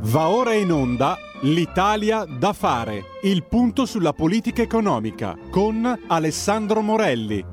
Va ora in onda L'Italia da fare, il punto sulla politica economica con Alessandro Morelli.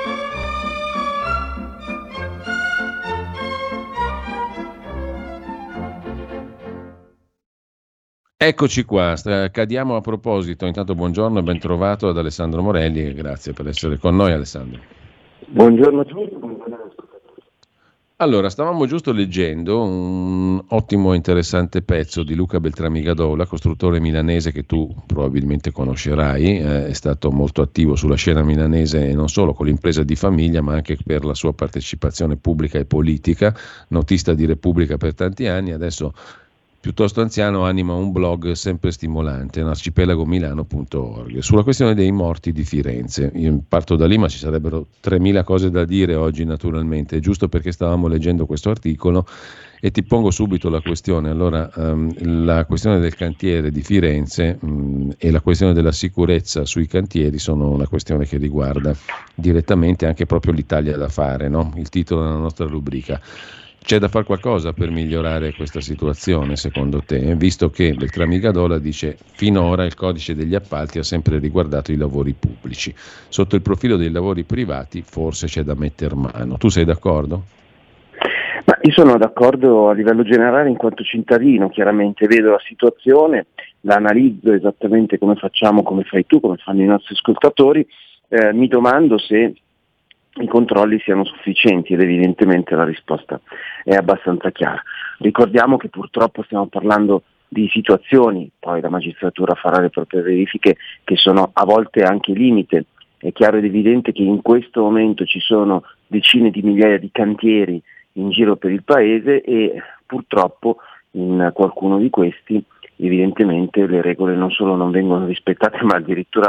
Eccoci qua, cadiamo a proposito. Intanto buongiorno e ben trovato ad Alessandro Morelli e grazie per essere con noi, Alessandro. Buongiorno a tutti. Allora, stavamo giusto leggendo un ottimo e interessante pezzo di Luca Beltramigadola, costruttore milanese che tu probabilmente conoscerai, è stato molto attivo sulla scena milanese e non solo con l'impresa di famiglia, ma anche per la sua partecipazione pubblica e politica, notista di Repubblica per tanti anni, adesso piuttosto anziano anima un blog sempre stimolante, arcipelagomilano.org, sulla questione dei morti di Firenze. Io parto da lì, ma ci sarebbero 3.000 cose da dire oggi naturalmente, giusto perché stavamo leggendo questo articolo e ti pongo subito la questione. Allora, la questione del cantiere di Firenze e la questione della sicurezza sui cantieri sono una questione che riguarda direttamente anche proprio l'Italia da fare, no? Il titolo della nostra rubrica. C'è da fare qualcosa per migliorare questa situazione, secondo te? Visto che Beltramigadola dice finora il codice degli appalti ha sempre riguardato i lavori pubblici. Sotto il profilo dei lavori privati forse c'è da metter mano. Tu sei d'accordo? Ma io sono d'accordo a livello generale in quanto cittadino, chiaramente vedo la situazione, la analizzo esattamente come facciamo, come fai tu, come fanno i nostri ascoltatori, mi domando se i controlli siano sufficienti ed evidentemente la risposta è abbastanza chiara. Ricordiamo che purtroppo stiamo parlando di situazioni, poi la magistratura farà le proprie verifiche, che sono a volte anche limite. È chiaro ed evidente che in questo momento ci sono decine di migliaia di cantieri in giro per il paese e purtroppo in qualcuno di questi evidentemente le regole non solo non vengono rispettate, ma addirittura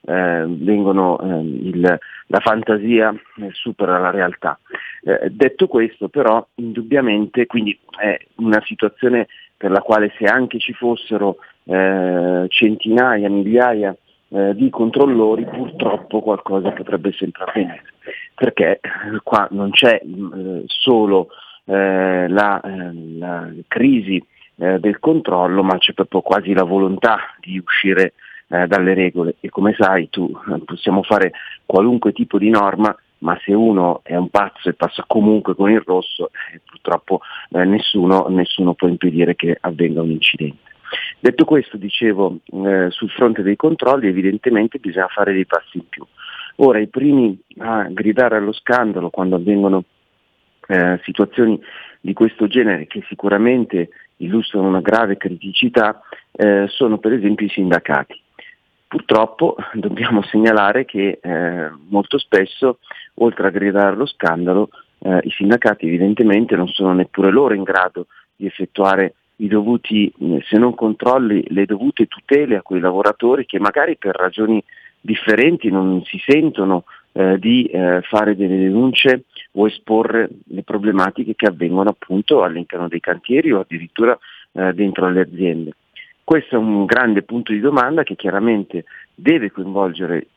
la fantasia supera la realtà. Detto questo, però, indubbiamente, quindi è una situazione per la quale se anche ci fossero centinaia, migliaia di controllori, purtroppo qualcosa potrebbe sempre avvenire, perché qua non c'è solo la crisi del controllo, ma c'è proprio quasi la volontà di uscire dalle regole e come sai tu possiamo fare qualunque tipo di norma, ma se uno è un pazzo e passa comunque con il rosso, purtroppo nessuno può impedire che avvenga un incidente. Detto questo, dicevo, sul fronte dei controlli evidentemente bisogna fare dei passi in più. Ora i primi a gridare allo scandalo quando avvengono situazioni di questo genere, che sicuramente illustrano una grave criticità, sono per esempio i sindacati. Purtroppo dobbiamo segnalare che molto spesso, oltre a gridare allo scandalo, i sindacati evidentemente non sono neppure loro in grado di effettuare i dovuti, se non controlli, le dovute tutele a quei lavoratori che magari per ragioni differenti non si sentono di fare delle denunce o esporre le problematiche che avvengono appunto all'interno dei cantieri o addirittura dentro le aziende. Questo è un grande punto di domanda che chiaramente deve coinvolgere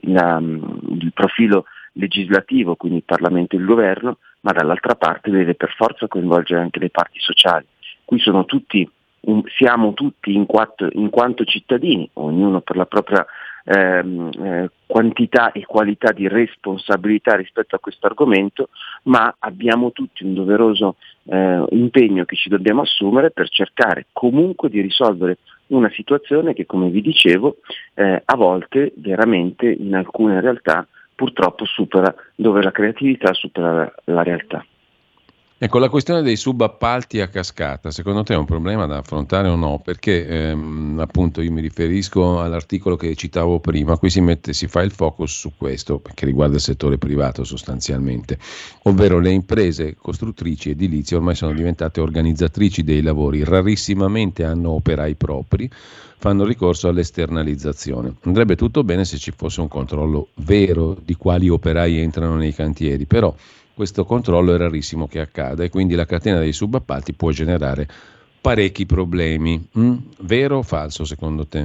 il profilo legislativo, quindi il Parlamento e il Governo, ma dall'altra parte deve per forza coinvolgere anche le parti sociali. Qui siamo tutti in quanto cittadini, ognuno per la propria quantità e qualità di responsabilità rispetto a questo argomento, ma abbiamo tutti un doveroso impegno che ci dobbiamo assumere per cercare comunque di risolvere una situazione che, come vi dicevo, a volte veramente in alcune realtà purtroppo supera, dove la creatività supera la realtà. Ecco, la questione dei subappalti a cascata, secondo te è un problema da affrontare o no? Perché appunto io mi riferisco all'articolo che citavo prima, qui si fa il focus su questo, perché riguarda il settore privato sostanzialmente, ovvero le imprese costruttrici edilizie ormai sono diventate organizzatrici dei lavori, rarissimamente hanno operai propri, fanno ricorso all'esternalizzazione. Andrebbe tutto bene se ci fosse un controllo vero di quali operai entrano nei cantieri, però questo controllo è rarissimo che accada e quindi la catena dei subappalti può generare parecchi problemi. Vero o falso secondo te?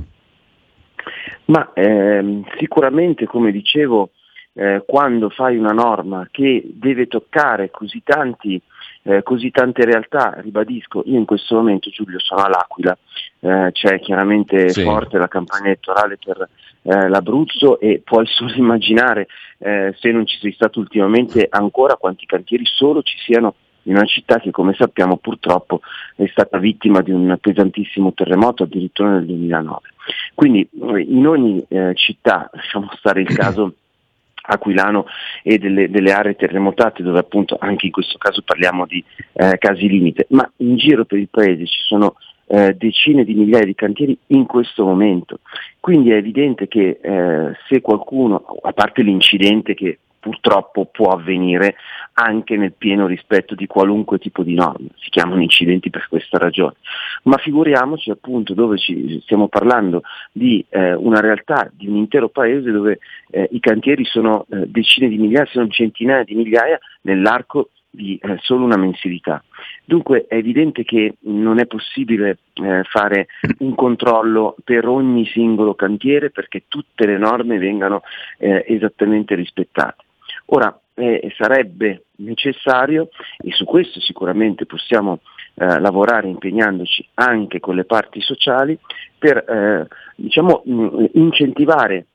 Ma sicuramente, come dicevo, quando fai una norma che deve toccare così tanti così tante realtà. Ribadisco, io in questo momento, Giulio, sono all'Aquila, c'è chiaramente forte la campagna elettorale per l'Abruzzo, e puoi solo immaginare, se non ci sei stato ultimamente ancora, quanti cantieri solo ci siano in una città che, come sappiamo, purtroppo è stata vittima di un pesantissimo terremoto addirittura nel 2009. Quindi in ogni città, lasciamo stare il caso aquilano e delle aree terremotate, dove appunto anche in questo caso parliamo di casi limite, ma in giro per il paese ci sono decine di migliaia di cantieri in questo momento. Quindi è evidente che se qualcuno, a parte l'incidente che purtroppo può avvenire anche nel pieno rispetto di qualunque tipo di norma, si chiamano incidenti per questa ragione, ma figuriamoci appunto dove stiamo parlando di una realtà, di un intero paese dove i cantieri sono decine di migliaia, se non centinaia di migliaia nell'arco di solo una mensilità. Dunque è evidente che non è possibile fare un controllo per ogni singolo cantiere, perché tutte le norme vengano esattamente rispettate. Ora sarebbe necessario, e su questo sicuramente possiamo lavorare impegnandoci anche con le parti sociali, per incentivare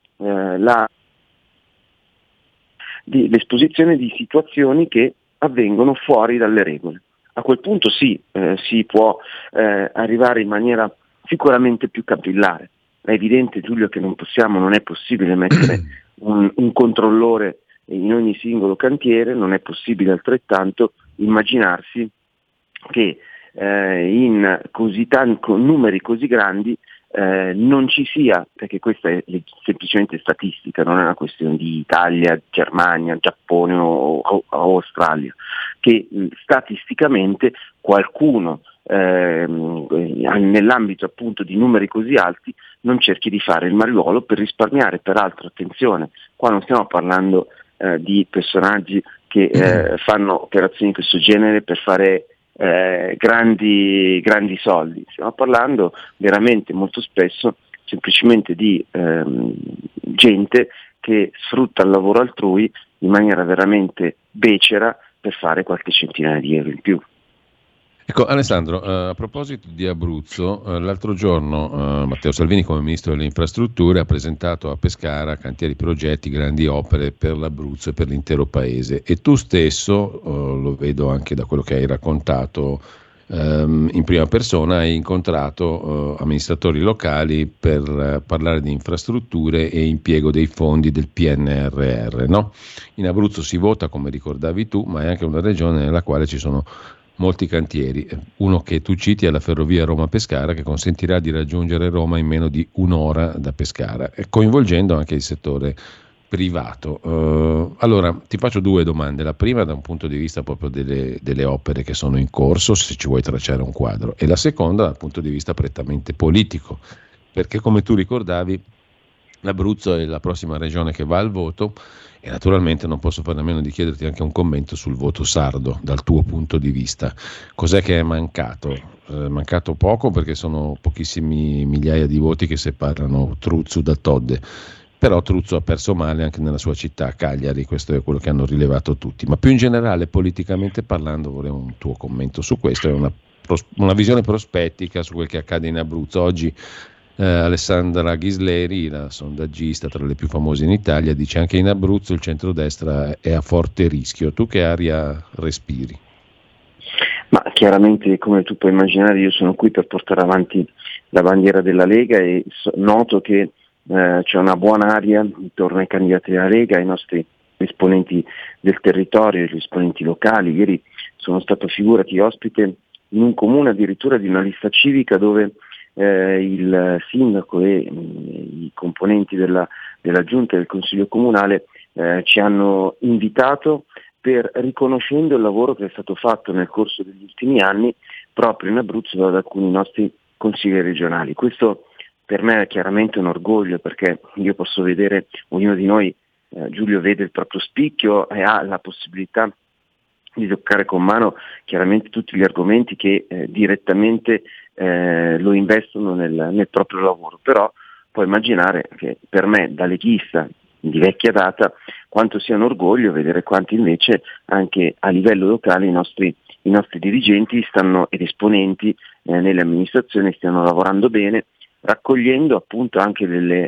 l'esposizione di situazioni che avvengono fuori dalle regole. A quel punto sì, si può arrivare in maniera sicuramente più capillare. È evidente, Giulio, che non è possibile mettere un controllore in ogni singolo cantiere, non è possibile altrettanto immaginarsi che con numeri così grandi non ci sia, perché questa è semplicemente statistica, non è una questione di Italia, Germania, Giappone o Australia, che statisticamente qualcuno nell'ambito appunto di numeri così alti non cerchi di fare il mariuolo per risparmiare. Peraltro, attenzione, qua non stiamo parlando di personaggi che fanno operazioni di questo genere per fare grandi soldi. Stiamo parlando veramente molto spesso semplicemente di gente che sfrutta il lavoro altrui in maniera veramente becera per fare qualche centinaia di euro in più. Ecco, Alessandro, a proposito di Abruzzo, l'altro giorno Matteo Salvini, come Ministro delle Infrastrutture, ha presentato a Pescara cantieri, progetti, grandi opere per l'Abruzzo e per l'intero paese, e tu stesso, lo vedo anche da quello che hai raccontato in prima persona, hai incontrato amministratori locali per parlare di infrastrutture e impiego dei fondi del PNRR, no? In Abruzzo si vota, come ricordavi tu, ma è anche una regione nella quale ci sono molti cantieri. Uno che tu citi è la ferrovia Roma-Pescara, che consentirà di raggiungere Roma in meno di un'ora da Pescara, coinvolgendo anche il settore privato. Allora ti faccio due domande. La prima da un punto di vista proprio delle opere che sono in corso, se ci vuoi tracciare un quadro, e la seconda dal punto di vista prettamente politico, perché come tu ricordavi l'Abruzzo è la prossima regione che va al voto, e naturalmente non posso fare a meno di chiederti anche un commento sul voto sardo dal tuo punto di vista. Cos'è che è mancato? È mancato poco, perché sono pochissimi migliaia di voti che separano Truzzu da Todde, però Truzzu ha perso male anche nella sua città, Cagliari, questo è quello che hanno rilevato tutti. Ma più in generale, politicamente parlando, vorrei un tuo commento su questo, è una visione prospettica su quel che accade in Abruzzo. Oggi Alessandra Ghisleri, la sondaggista tra le più famose in Italia, dice anche in Abruzzo il centrodestra è a forte rischio. Tu che aria respiri? Ma chiaramente, come tu puoi immaginare, io sono qui per portare avanti la bandiera della Lega, e noto che c'è una buona aria intorno ai candidati della Lega, ai nostri esponenti del territorio, gli esponenti locali. Ieri sono stato, figurati, ospite in un comune addirittura di una lista civica dove il sindaco e i componenti della giunta del consiglio comunale ci hanno invitato, riconoscendo il lavoro che è stato fatto nel corso degli ultimi anni proprio in Abruzzo da alcuni nostri consiglieri regionali. Questo per me è chiaramente un orgoglio, perché io posso vedere, ognuno di noi, Giulio, vede il proprio spicchio e ha la possibilità di toccare con mano chiaramente tutti gli argomenti che direttamente lo investono nel proprio lavoro. Però puoi immaginare che per me, da leghista di vecchia data, quanto sia un orgoglio vedere quanti invece anche a livello locale i nostri i nostri dirigenti ed esponenti nelle amministrazioni stiano lavorando bene, raccogliendo appunto anche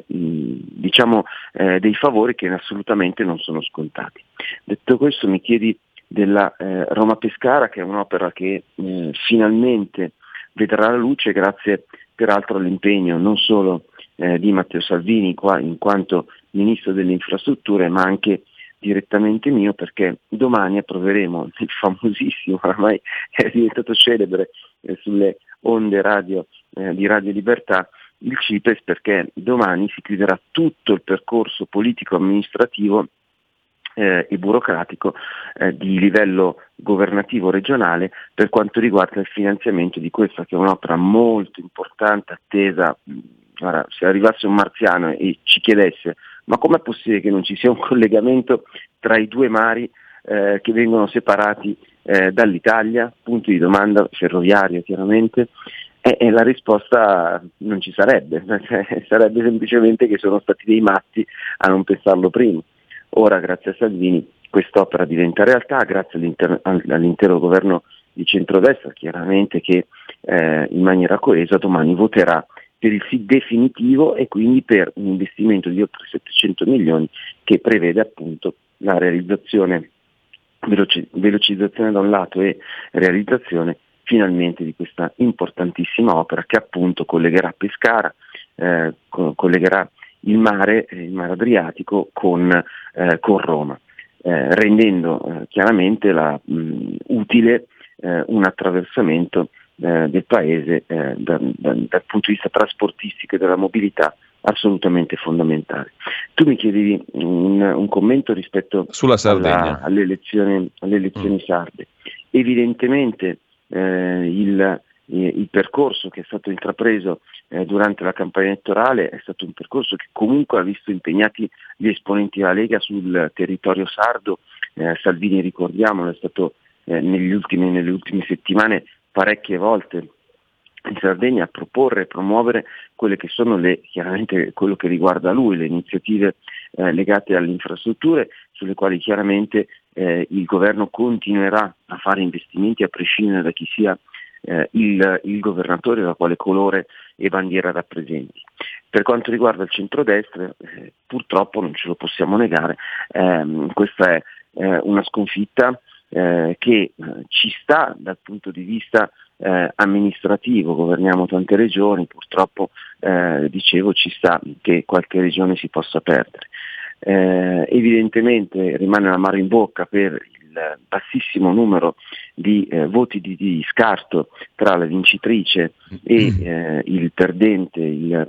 dei favori che assolutamente non sono scontati. Detto questo, mi chiedi della Roma-Pescara, che è un'opera che finalmente vedrà la luce grazie peraltro all'impegno non solo di Matteo Salvini in quanto Ministro delle Infrastrutture, ma anche direttamente mio, perché domani approveremo il famosissimo, ormai è diventato celebre sulle onde radio di Radio Libertà, il CIPES, perché domani si chiuderà tutto il percorso politico-amministrativo e burocratico di livello governativo regionale per quanto riguarda il finanziamento di questa, che è un'opera molto importante, attesa. Ora, se arrivasse un marziano e ci chiedesse ma com'è possibile che non ci sia un collegamento tra i due mari che vengono separati dall'Italia, punto di domanda, ferroviario chiaramente, e la risposta non ci sarebbe, sarebbe semplicemente che sono stati dei matti a non pensarlo prima. Ora, grazie a Salvini, quest'opera diventa realtà, grazie all'intero governo di centrodestra, chiaramente, che in maniera coesa domani voterà per il sì definitivo e quindi per un investimento di oltre 700 milioni che prevede appunto la realizzazione, velocizzazione da un lato e realizzazione finalmente di questa importantissima opera che appunto collegherà Pescara, collegherà il mare Adriatico con Roma, rendendo chiaramente utile un attraversamento del paese dal punto di vista trasportistico e della mobilità assolutamente fondamentale. Tu mi chiedevi un commento rispetto sulla Sardegna, alle elezioni sarde. Evidentemente il percorso che è stato intrapreso durante la campagna elettorale è stato un percorso che comunque ha visto impegnati gli esponenti della Lega sul territorio sardo. Salvini, ricordiamolo, è stato nelle ultime settimane parecchie volte in Sardegna a proporre e promuovere quelle che sono chiaramente quello che riguarda lui, le iniziative legate alle infrastrutture, sulle quali chiaramente il governo continuerà a fare investimenti a prescindere da chi sia il governatore, da quale colore e bandiera rappresenti. Per quanto riguarda il centrodestra, purtroppo non ce lo possiamo negare, questa è una sconfitta che ci sta dal punto di vista amministrativo. Governiamo tante regioni, purtroppo ci sta che qualche regione si possa perdere. Evidentemente rimane l'amaro in bocca per il bassissimo numero di voti di scarto tra la vincitrice e il perdente, il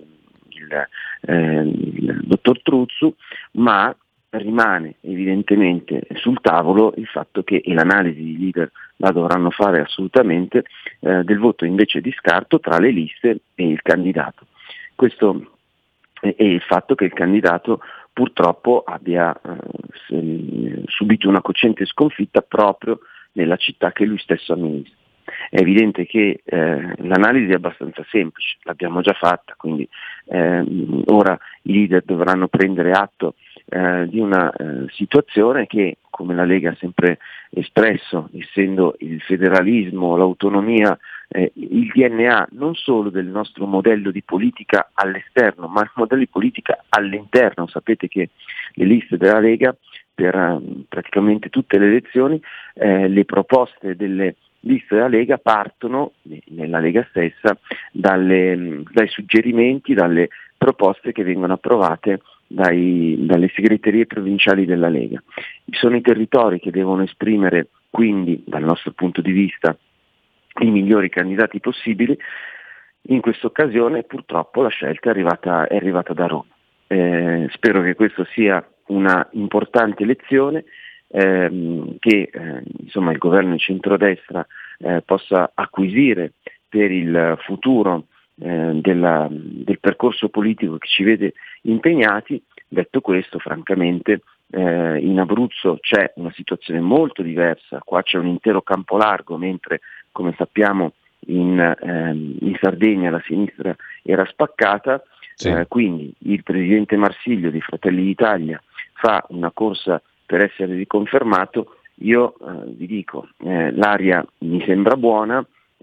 dottor Truzzu, ma rimane evidentemente sul tavolo il fatto che, e l'analisi di leader la dovranno fare assolutamente, del voto invece di scarto tra le liste e il candidato. Questo è il fatto che il candidato purtroppo abbia subito una cocente sconfitta proprio nella città che lui stesso amministra. È evidente che l'analisi è abbastanza semplice, l'abbiamo già fatta, quindi ora i leader dovranno prendere atto di una situazione che, come la Lega ha sempre espresso, essendo il federalismo, l'autonomia, il DNA non solo del nostro modello di politica all'esterno, ma il modello di politica all'interno. Sapete che le liste della Lega per praticamente tutte le elezioni, le proposte delle liste della Lega partono, nella Lega stessa, dai suggerimenti, dalle proposte che vengono approvate dalle segreterie provinciali della Lega. Sono i territori che devono esprimere quindi, dal nostro punto di vista, i migliori candidati possibili. In questa occasione purtroppo la scelta è arrivata da Roma. Spero che questo sia una importante lezione che insomma il governo di centrodestra possa acquisire per il futuro del percorso politico che ci vede impegnati. Detto questo, francamente in Abruzzo c'è una situazione molto diversa, qua c'è un intero campo largo, mentre come sappiamo in Sardegna la sinistra era spaccata. Sì. Quindi il presidente Marsiglio di Fratelli d'Italia fa una corsa per essere riconfermato io vi dico, l'aria mi sembra buona,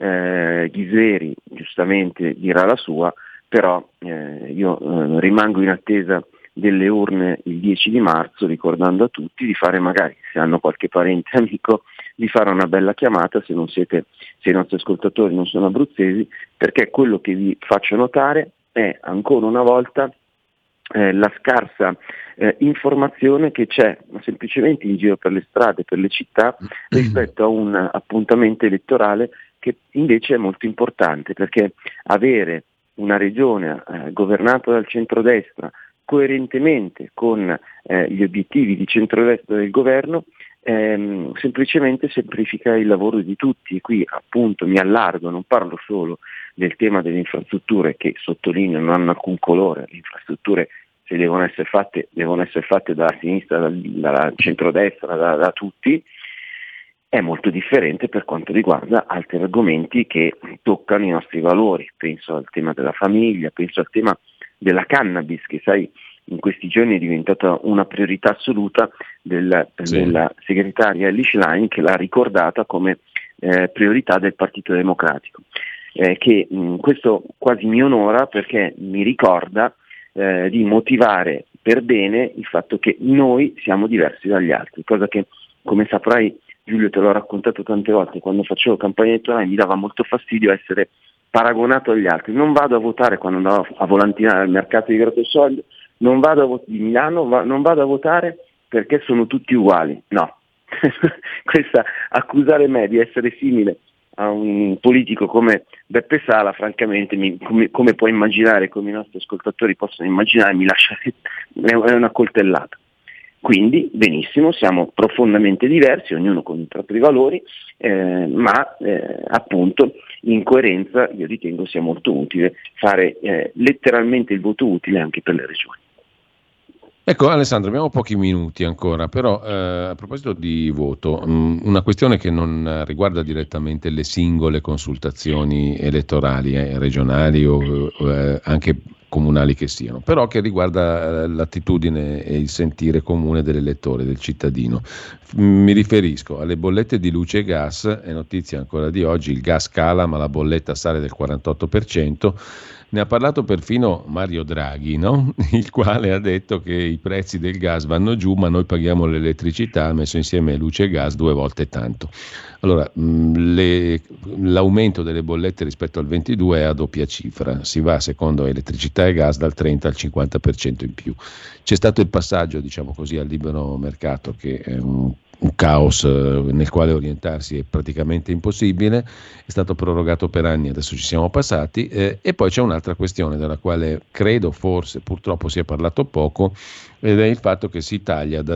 Ghisleri giustamente dirà la sua, però io rimango in attesa delle urne il 10 di marzo, ricordando a tutti di fare, magari se hanno qualche parente amico, di fare una bella chiamata se i nostri ascoltatori non sono abruzzesi, perché quello che vi faccio notare è ancora una volta la scarsa informazione che c'è semplicemente in giro per le strade, per le città, rispetto a un appuntamento elettorale che invece è molto importante, perché avere una regione governata dal centrodestra coerentemente con gli obiettivi di centrodestra del governo semplicemente semplifica il lavoro di tutti. E qui appunto mi allargo, non parlo solo del tema delle infrastrutture, che sottolineo non hanno alcun colore. Le infrastrutture, se devono essere fatte dalla sinistra, dalla centrodestra, da tutti. È molto differente per quanto riguarda altri argomenti che toccano i nostri valori. Penso al tema della famiglia, penso al tema della cannabis, che sai in questi giorni è diventata una priorità assoluta della segretaria Elly Schlein, che l'ha ricordata come priorità del Partito Democratico, che questo quasi mi onora, perché mi ricorda di motivare per bene il fatto che noi siamo diversi dagli altri, cosa che, come saprai Giulio, te l'ho raccontato tante volte, quando facevo campagna elettorale mi dava molto fastidio essere paragonato agli altri. Non vado a votare quando andavo a volantinare al mercato di Grottosoglio, non vado di Milano, non vado a votare perché sono tutti uguali. No, questa, accusare me di essere simile a un politico come Beppe Sala, francamente, come puoi immaginare, come i nostri ascoltatori possono immaginare, mi lascia, è una coltellata. Quindi benissimo, siamo profondamente diversi, ognuno con i propri valori, ma appunto in coerenza io ritengo sia molto utile fare letteralmente il voto utile anche per le regioni. Ecco Alessandro, abbiamo pochi minuti ancora, però a proposito di voto, una questione che non riguarda direttamente le singole consultazioni elettorali, regionali o anche comunali che siano, però che riguarda l'attitudine e il sentire comune dell'elettore, del cittadino. Mi riferisco alle bollette di luce e gas, è notizia ancora di oggi, il gas cala ma la bolletta sale del 48%. Ne ha parlato perfino Mario Draghi, no? Il quale ha detto che i prezzi del gas vanno giù, ma noi paghiamo l'elettricità, messo insieme luce e gas 2 volte tanto. Allora, l'aumento delle bollette rispetto al 22 è a doppia cifra, si va secondo elettricità e gas dal 30 al 50% in più. C'è stato il passaggio, diciamo così, al libero mercato, che è un caos nel quale orientarsi è praticamente impossibile, è stato prorogato per anni, adesso ci siamo passati, e poi c'è un'altra questione della quale credo forse purtroppo si è parlato poco, ed è il fatto che si taglia dal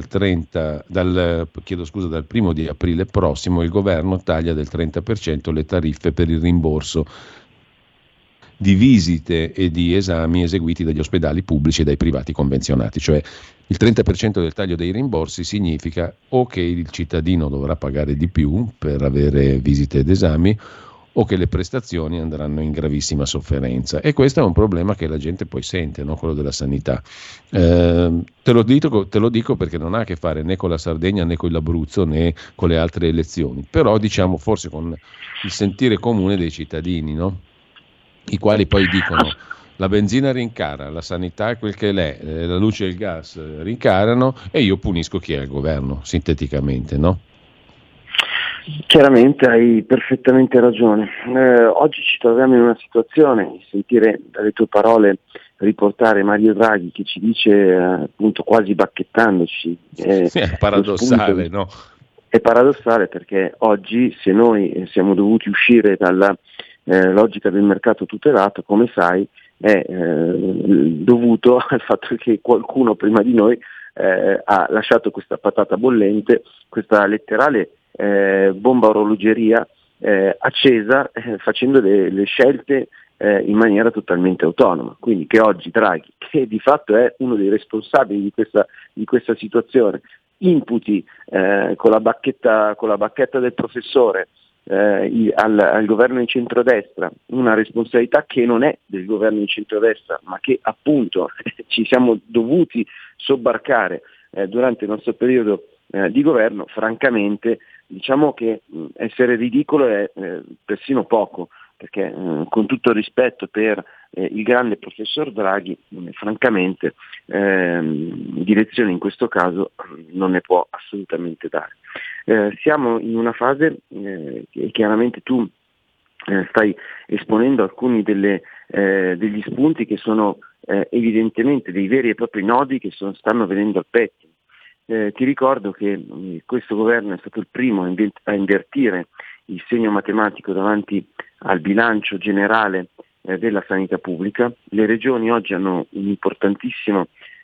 1° di aprile prossimo il governo taglia del 30% le tariffe per il rimborso di visite e di esami eseguiti dagli ospedali pubblici e dai privati convenzionati, cioè il 30% del taglio dei rimborsi significa o che il cittadino dovrà pagare di più per avere visite ed esami, o che le prestazioni andranno in gravissima sofferenza. E questo è un problema che la gente poi sente, no? Quello della sanità. Te lo dico perché non ha a che fare né con la Sardegna né con l'Abruzzo né con le altre elezioni, però diciamo forse con il sentire comune dei cittadini, no? I quali poi dicono la benzina rincara, la sanità è quel che l'è, la luce e il gas rincarano e io punisco chi è al governo, sinteticamente, no? Chiaramente hai perfettamente ragione. Oggi ci troviamo in una situazione, sentire dalle tue parole riportare Mario Draghi che ci dice appunto quasi bacchettandoci. È paradossale, no? È paradossale perché oggi, se noi siamo dovuti uscire dalla logica del mercato tutelato, come sai, è dovuto al fatto che qualcuno prima di noi ha lasciato questa patata bollente, questa letterale bomba orologeria accesa, facendo le scelte in maniera totalmente autonoma. Quindi che oggi Draghi, che di fatto è uno dei responsabili di questa situazione, imputi con la bacchetta del professore al governo di centrodestra una responsabilità che non è del governo di centrodestra, ma che appunto ci siamo dovuti sobbarcare durante il nostro periodo di governo, francamente diciamo che essere ridicolo è persino poco, perché con tutto il rispetto per il grande professor Draghi, francamente direzione in questo caso non ne può assolutamente dare. Siamo in una fase che chiaramente tu stai esponendo alcuni degli spunti che sono evidentemente dei veri e propri nodi che stanno venendo al pettine. Ti ricordo che questo governo è stato il primo a invertire il segno matematico davanti al bilancio generale della sanità pubblica. Le regioni oggi hanno un'importantissima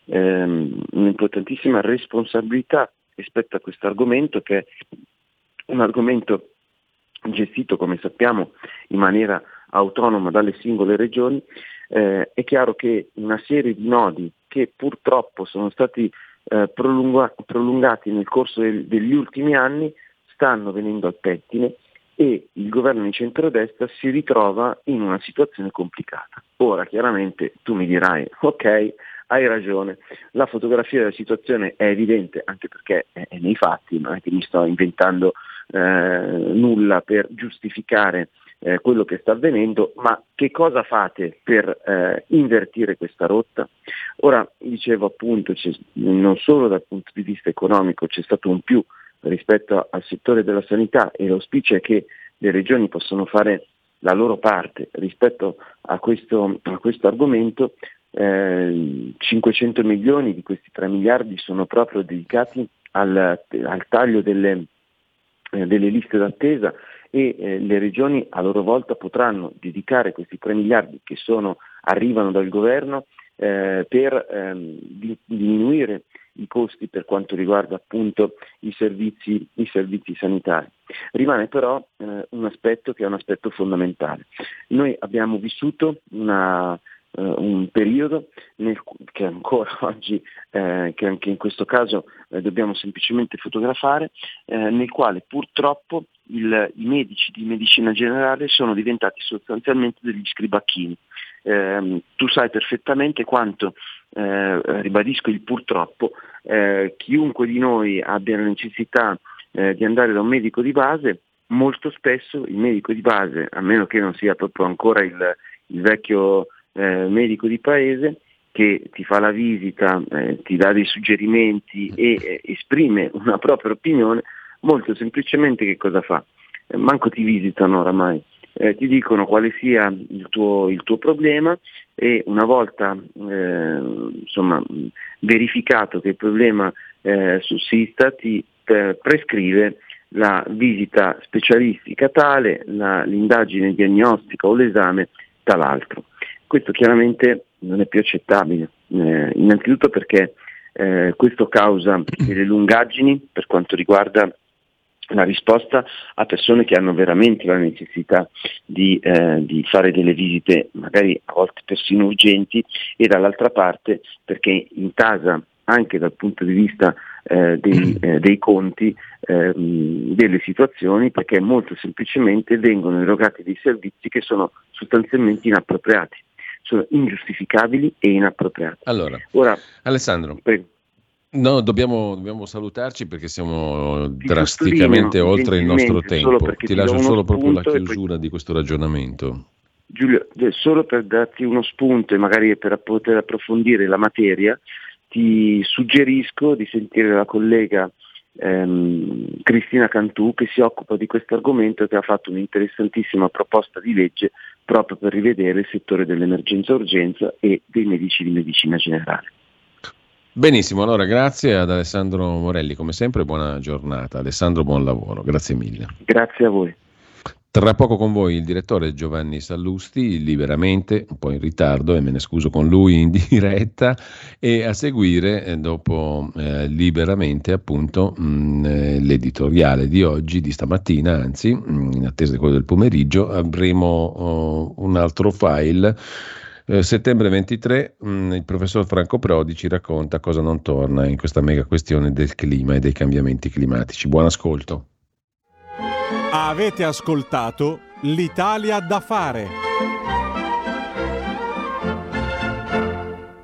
responsabilità rispetto a questo argomento, che è un argomento gestito, come sappiamo, in maniera autonoma dalle singole regioni. È chiaro che una serie di nodi che purtroppo sono stati prolungati nel corso degli ultimi anni stanno venendo al pettine e il governo di centrodestra si ritrova in una situazione complicata. Ora chiaramente tu mi dirai ok, hai ragione, la fotografia della situazione è evidente, anche perché è nei fatti, non è che mi sto inventando nulla per giustificare quello che sta avvenendo, ma che cosa fate per invertire questa rotta? Ora, dicevo appunto, non solo dal punto di vista economico c'è stato un più rispetto al settore della sanità, e l'auspicio è che le regioni possano fare la loro parte rispetto a questo argomento. 500 milioni di questi 3 miliardi sono proprio dedicati al taglio delle liste d'attesa, e le regioni a loro volta potranno dedicare questi 3 miliardi che arrivano dal governo per diminuire i costi per quanto riguarda appunto i servizi sanitari. Rimane però un aspetto che è un aspetto fondamentale. Noi abbiamo vissuto un periodo che ancora oggi, che anche in questo caso dobbiamo semplicemente fotografare, nel quale purtroppo i medici di medicina generale sono diventati sostanzialmente degli scribacchini. Tu sai perfettamente quanto, ribadisco il purtroppo, chiunque di noi abbia la necessità di andare da un medico di base, molto spesso il medico di base, a meno che non sia proprio ancora il vecchio medico di paese, che ti fa la visita, ti dà dei suggerimenti e esprime una propria opinione, molto semplicemente che cosa fa? Manco ti visitano oramai, ti dicono quale sia il tuo problema, e una volta verificato che il problema sussista, ti prescrive la visita specialistica tale, l'indagine diagnostica o l'esame tal'altro. Questo chiaramente non è più accettabile, innanzitutto perché questo causa delle lungaggini per quanto riguarda la risposta a persone che hanno veramente la necessità di fare delle visite magari a volte persino urgenti, e dall'altra parte perché intasa anche dal punto di vista dei conti delle situazioni, perché molto semplicemente vengono erogati dei servizi che sono sostanzialmente inappropriati, sono ingiustificabili e inappropriati. Allora, ora, Alessandro, prego. No, dobbiamo salutarci perché siamo drasticamente oltre il nostro tempo. Ti lascio solo proprio la chiusura di questo ragionamento. Giulio, solo per darti uno spunto e magari per poter approfondire la materia, ti suggerisco di sentire la collega Cristina Cantù, che si occupa di questo argomento, che ha fatto un'interessantissima proposta di legge proprio per rivedere il settore dell'emergenza-urgenza e dei medici di medicina generale. Benissimo, allora grazie ad Alessandro Morelli, come sempre buona giornata. Alessandro, buon lavoro, grazie mille. Grazie a voi. Tra poco con voi il direttore Giovanni Sallusti, liberamente, un po' in ritardo e me ne scuso con lui in diretta, e a seguire dopo liberamente appunto l'editoriale di oggi, di stamattina, anzi in attesa di quello del pomeriggio, avremo un altro file. Settembre 23, il professor Franco Prodi ci racconta cosa non torna in questa mega questione del clima e dei cambiamenti climatici. Buon ascolto. Avete ascoltato l'Italia da fare.